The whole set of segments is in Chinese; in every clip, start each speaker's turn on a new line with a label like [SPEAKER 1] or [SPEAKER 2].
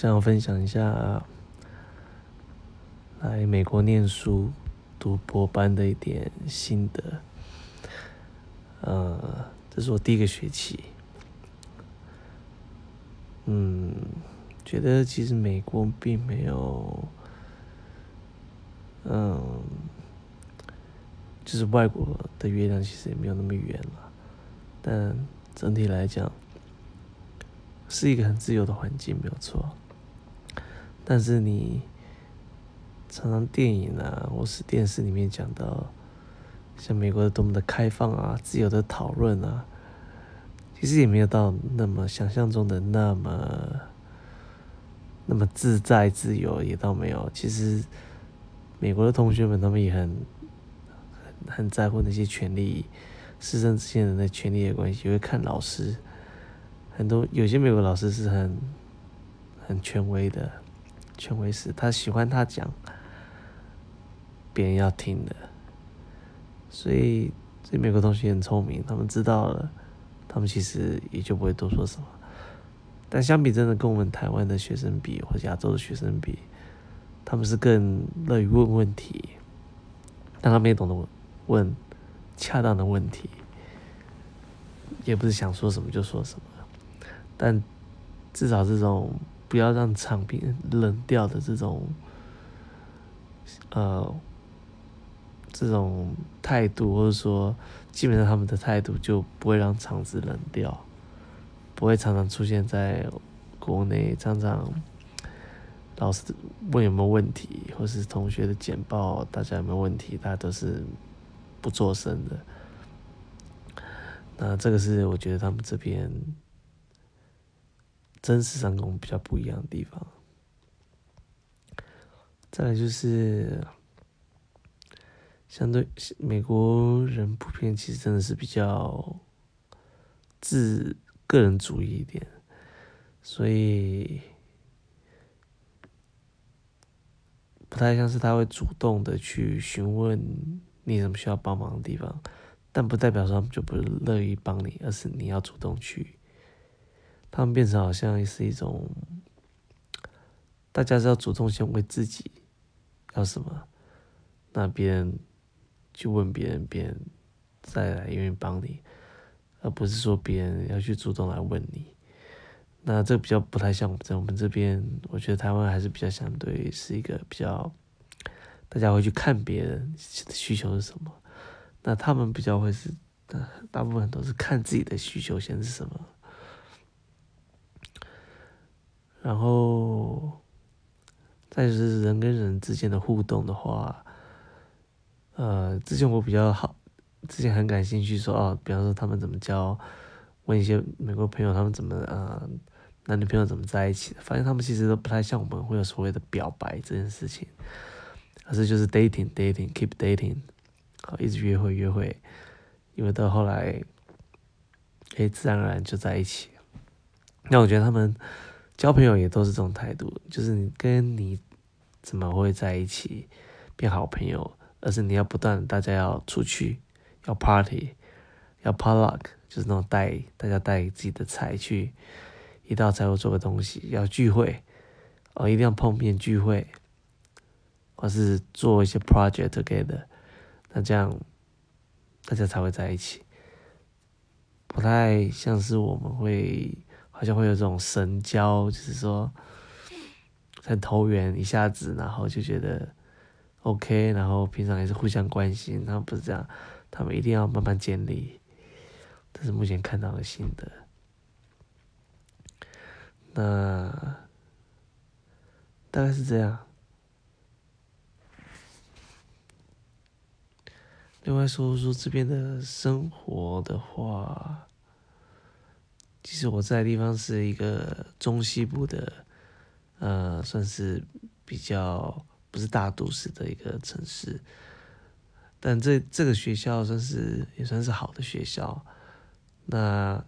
[SPEAKER 1] 想要分享一下来美国念书读博班的一点心得。这是我第一个学期。觉得其实美国并没有，就是外国的月亮其实也没有那么圆了，但整体来讲是一个很自由的环境，没有错。但是你常常电影或是电视里面讲到，像美国多么的开放自由的讨论其实也没有到那么想象中的那么自在自由，也倒没有。其实美国的同学们他们也很在乎那些权利，师生之间的权利的关系，会看老师。有些美国老师是很权威的，权威式，他喜欢他讲，别人要听的。所以美国同学很聪明，他们知道了，他们其实也就不会多说什么。但相比真的跟我们台湾的学生比，或者亚洲的学生比，他们是更乐于问问题，但他们也懂得问恰当的问题，也不是想说什么就说什么。但至少这种不要让场面冷掉的这种态度，或者说基本上他们的态度就不会让场子冷掉，不会常常出现在国内常常老师问有没有问题，或是同学的简报大家有没有问题，大家都是不作声的。那这个是我觉得他们这边真实上跟我们比较不一样的地方。再来就是相对美国人普遍其实真的是比较个人主义一点，所以不太像是他会主动的去询问你有什么需要帮忙的地方，但不代表说他们就不乐意帮你，而是你要主动去。他们变成好像是一种，大家是要主动先为自己要什么，那别人去问别人，别人再来愿意帮你，而不是说别人要去主动来问你。那这个比较不太像我们这边，我觉得台湾还是比较相对是一个比较，大家会去看别人的需求是什么，那他们比较会是，大部分都是看自己的需求先是什么。然后再就是人跟人之间的互动的话，之前我之前很感兴趣说比方说他们怎么教，问一些美国朋友他们怎么男女朋友怎么在一起的，发现他们其实都不太像我们会有所谓的表白这件事情，而是就是 keep dating， 一直约会，因为到后来自然而然就在一起。那我觉得他们交朋友也都是这种态度，就是你怎么会在一起变好朋友，而是你要不断大家要出去，要 party， 要 potluck， 就是那种大家带自己的菜去一道菜或做个东西，要聚会一定要碰面聚会，或是做一些 project together， 那这样大家才会在一起。不太像是我们好像会有这种神交，就是说很投缘一下子，然后就觉得 OK， 然后平常也是互相关心，他们不是这样，他们一定要慢慢建立。这是目前看到的心得。那大概是这样。另外说这边的生活的话，其实我在的地方是一个中西部的，算是比较不是大都市的一个城市，但这个学校也算是好的学校。那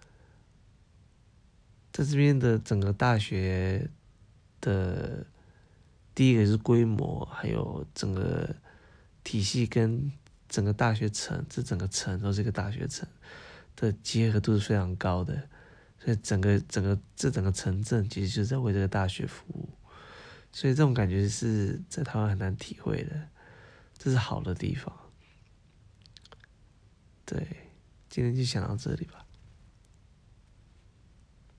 [SPEAKER 1] 在这边的整个大学的第一个是规模，还有整个体系跟整个大学城，这整个城都是一个大学城的结合度是非常高的， 所以整个城镇其实就是在为这个大学服务，所以这种感觉是在台湾很难体会的，这是好的地方。对，今天就想到这里吧。